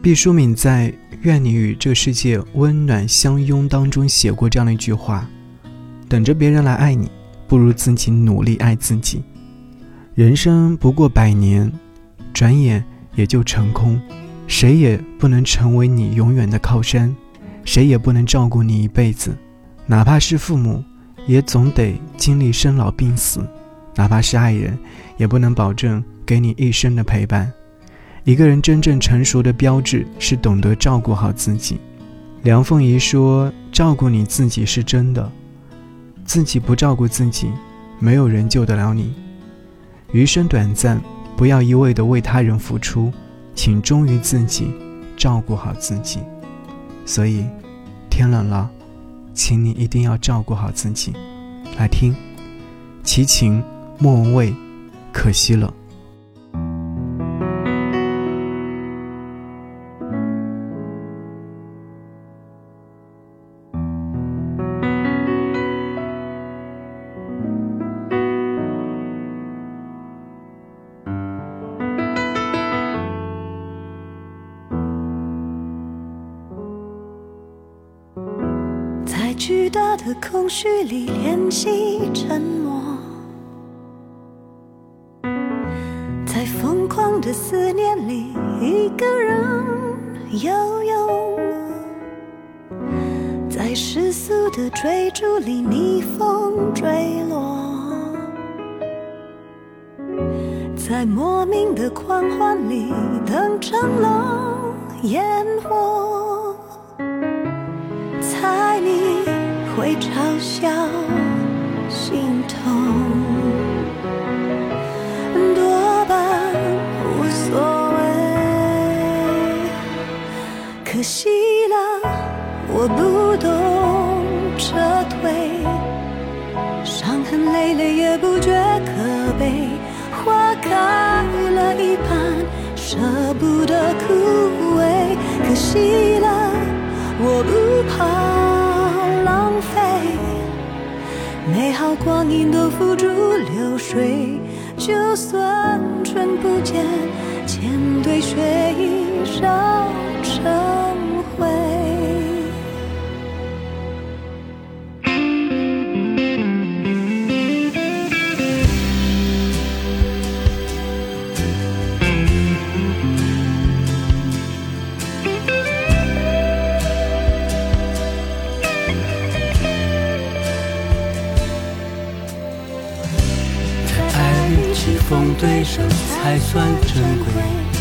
毕淑敏在《愿你与这个世界温暖相拥》当中写过这样的一句话：等着别人来爱你，不如自己努力爱自己。人生不过100年，转眼也就成空，谁也不能成为你永远的靠山，谁也不能照顾你一辈子。哪怕是父母，也总得经历生老病死，哪怕是爱人，也不能保证给你一生的陪伴。一个人真正成熟的标志是懂得照顾好自己。梁凤仪说，照顾你自己是真的，自己不照顾自己，没有人救得了你。余生短暂，不要一味地为他人付出，请忠于自己，照顾好自己。所以天冷了，请你一定要照顾好自己。来听齐秦、莫文蔚，可惜了。 在巨大的空虚里练习沉默，在疯狂的思念里一个人游泳，在世俗的追逐里逆风坠落，在莫名的狂欢里等成了烟火，猜你会嘲笑心痛，多半无所谓。可惜了，我不懂撤退，伤痕累累也不觉可悲，花开了一半，舍不得枯萎。可惜了，我不怕浪费，美好光阴都付诸流水，就算春不见，千堆雪已烧成灰。 棋逢对手才算珍贵，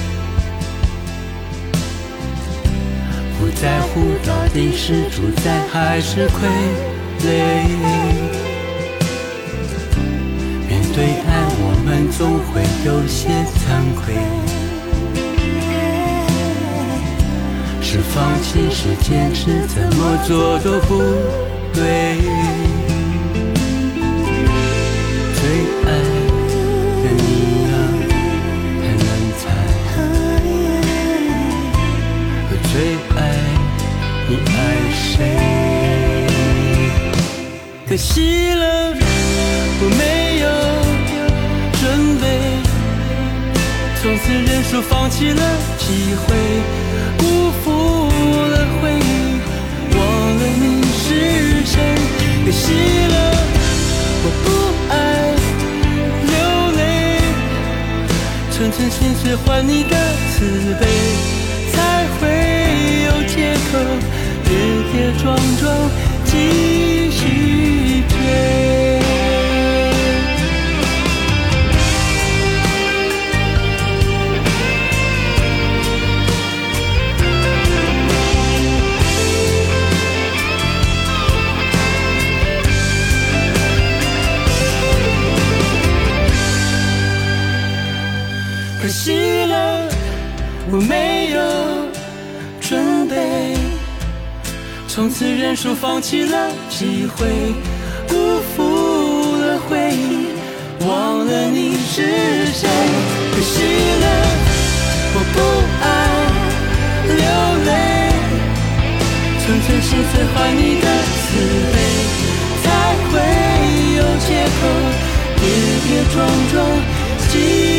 不在乎到底是主宰还是傀儡。面对爱，我们总会有些惭愧，是放弃是坚持，怎么做都不对。最爱最爱你爱谁？可惜了，我没有准备，从此认输，放弃了机会，辜负了回忆，忘了你是谁。可惜了，我不爱流泪，纯纯心碎换你的慈悲，才会有借口跌跌撞撞继续追。可惜了，我没有准备，从此认输，放弃了机会，辜负了回忆，忘了你是谁。可惜了，我不爱流泪，纯纯心碎换你的慈悲，才会有借口跌跌撞撞继续